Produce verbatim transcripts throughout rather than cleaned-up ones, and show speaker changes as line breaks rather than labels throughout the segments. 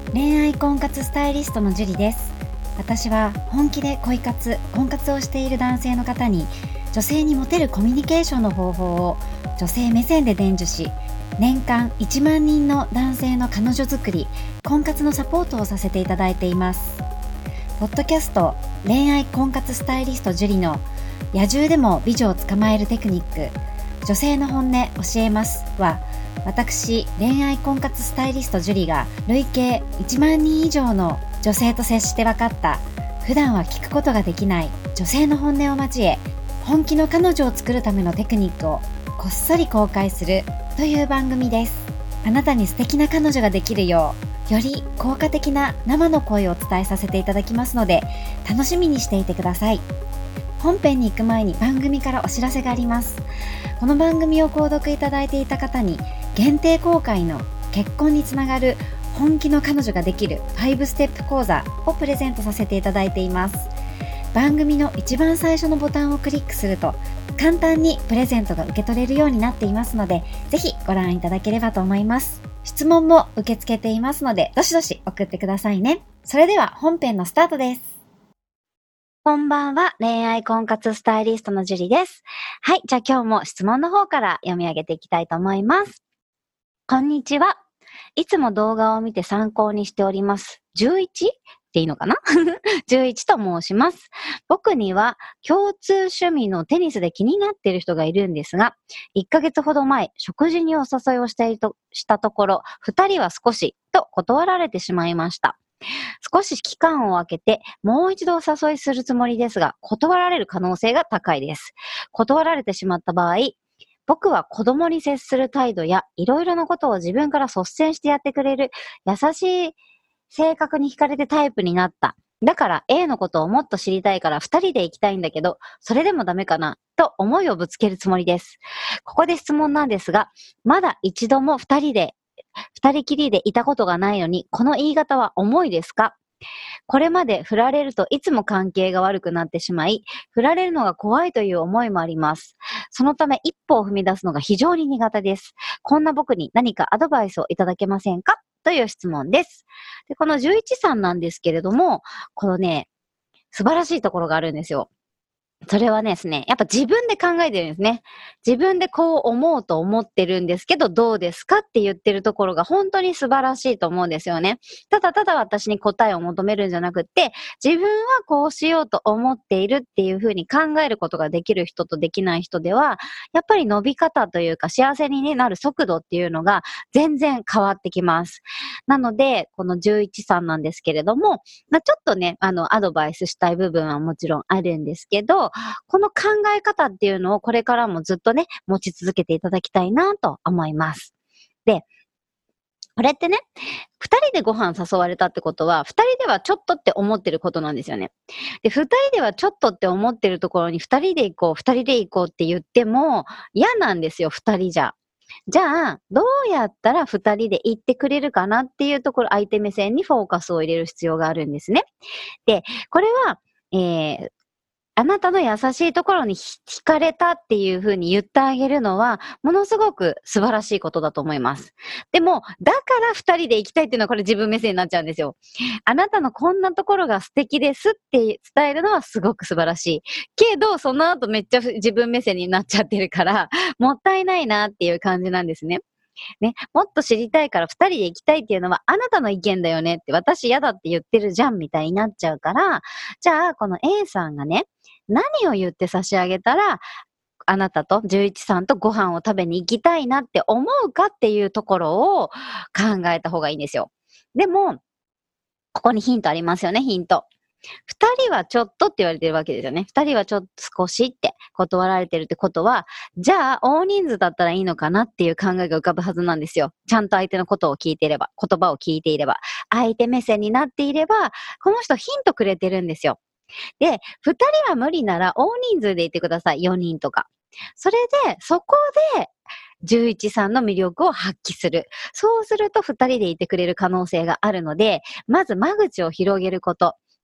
恋愛婚活スタイリストのジュリです。私は本気で恋活、婚活をしている男性の方に女性にモテるコミュニケーションの方法を女性目線で伝授し、年間いちまんにんの男性の彼女作り、婚活のサポートをさせていただいています。ポッドキャスト恋愛婚活スタイリストジュリの野獣でも美女を捕まえるテクニック、女性の本音教えますは、私恋愛婚活スタイリストジュリが累計いちまんにん以上の女性と接して分かった普段は聞くことができない女性の本音を交え、本気の彼女を作るためのテクニックをこっそり公開するという番組です。あなたに素敵な彼女ができるよう、より効果的な生の声をお伝えさせていただきますので、楽しみにしていてください。本編に行く前に番組からお知らせがあります。この番組を購読いただいていた方に限定公開の結婚につながる本気の彼女ができるごステップ講座をプレゼントさせていただいています。番組の一番最初のボタンをクリックすると簡単にプレゼントが受け取れるようになっていますので、ぜひご覧いただければと思います。質問も受け付けていますので、どしどし送ってくださいね。それでは本編のスタートです。こんばんは、恋愛婚活スタイリストのジュリです。はい、じゃあ今日も質問の方から読み上げていきたいと思います。こんにちは。いつも動画を見て参考にしております。じゅういち? っていいのかなじゅういちと申します。僕には共通趣味のテニスで気になっている人がいるんですが、いっかげつほど前、食事にお誘いをしていとしたところ、二人は少しと断られてしまいました。少し期間を空けてもう一度お誘いするつもりですが、断られる可能性が高いです。断られてしまった場合、僕は子供に接する態度やいろいろなことを自分から率先してやってくれる優しい性格に惹かれてタイプになった。だから A のことをもっと知りたいから二人で行きたいんだけど、それでもダメかなと思いをぶつけるつもりです。ここで質問なんですが、まだ一度も二人で二人きりでいたことがないのに、この言い方は重いですか？これまで振られるといつも関係が悪くなってしまい、振られるのが怖いという思いもあります。そのため一歩を踏み出すのが非常に苦手です。こんな僕に何かアドバイスをいただけませんか？という質問です。で、このじゅういちさんなんですけれども、このね、素晴らしいところがあるんですよ。それはですね、やっぱ自分で考えてるんですね。自分でこう思うと思ってるんですけど、どうですかって言ってるところが本当に素晴らしいと思うんですよね。ただただ私に答えを求めるんじゃなくって、自分はこうしようと思っているっていうふうに考えることができる人とできない人では、やっぱり伸び方というか幸せになる速度っていうのが全然変わってきます。なので、このじゅういちさんなんですけれども、まあ、ちょっとね、あの、アドバイスしたい部分はもちろんあるんですけど、この考え方っていうのをこれからもずっとね、持ち続けていただきたいなと思います。で、これってね、二人でご飯誘われたってことは、二人ではちょっとって思ってることなんですよね。で、二人ではちょっとって思ってるところに二人で行こう、二人で行こうって言っても嫌なんですよ、二人じゃ。じゃあ、どうやったら二人で行ってくれるかなっていうところ、相手目線にフォーカスを入れる必要があるんですね。で、これは、えー、あなたの優しいところに惹かれたっていう風に言ってあげるのは、ものすごく素晴らしいことだと思います。でも、だから二人で行きたいっていうのはこれ自分目線になっちゃうんですよ。あなたのこんなところが素敵ですって伝えるのはすごく素晴らしい。けど、その後めっちゃ自分目線になっちゃってるから、もったいないなっていう感じなんですね。ね、もっと知りたいから二人で行きたいっていうのはあなたの意見だよねって、私嫌だって言ってるじゃんみたいになっちゃうから、じゃあこの A さんがね、何を言って差し上げたらあなたとじゅういちさんとご飯を食べに行きたいなって思うかっていうところを考えた方がいいんですよ。でもここにヒントありますよね、ヒント。二人はちょっとって言われてるわけですよね。二人はちょっと少しって断られてるってことは、じゃあ大人数だったらいいのかなっていう考えが浮かぶはずなんですよ。ちゃんと相手のことを聞いていれば、言葉を聞いていれば、相手目線になっていれば、この人ヒントくれてるんですよ。で、二人は無理なら大人数でいてください。よにんとか。それで、そこで、じゅういちさんの魅力を発揮する。そうすると二人でいてくれる可能性があるので、まず間口を広げること。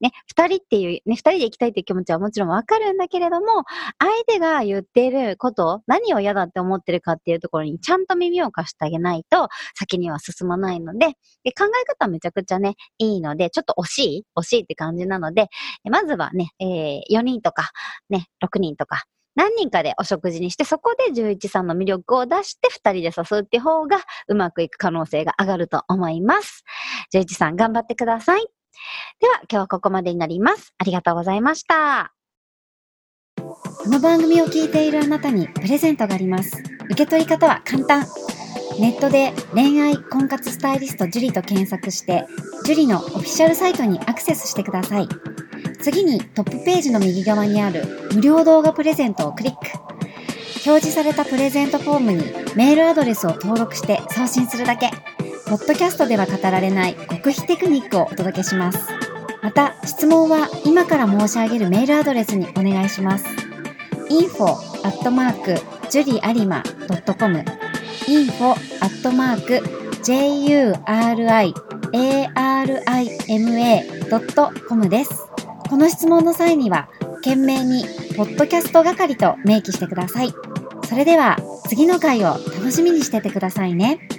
ね、二人っていう、ね、二人で行きたいっていう気持ちはもちろんわかるんだけれども、相手が言っていること、何を嫌だって思ってるかっていうところにちゃんと耳を貸してあげないと、先には進まないので、で考え方はめちゃくちゃね、いいので、ちょっと惜しい惜しいって感じなので、まずはね、えー、よにんとか、ね、ろくにんとか、何人かでお食事にして、そこでじゅういちさんの魅力を出してふたりで誘うって方がうまくいく可能性が上がると思います。じゅういちさん頑張ってください。では今日はここまでになります。ありがとうございました。この番組を聞いているあなたにプレゼントがあります。受け取り方は簡単。ネットで恋愛婚活スタイリスト樹と検索して、樹のオフィシャルサイトにアクセスしてください。次にトップページの右側にある無料動画プレゼントをクリック。表示されたプレゼントフォームにメールアドレスを登録して送信するだけ。ポッドキャストでは語られない極秘テクニックをお届けします。また質問は今から申し上げるメールアドレスにお願いします。インフォ アットマーク ジュリアリマ ドットコム インフォ アットマーク ジェイユーアールアイエーアールアイエムエー ドットコム です。この質問の際には懸命にポッドキャスト係と明記してください。それでは次の回を楽しみにしててくださいね。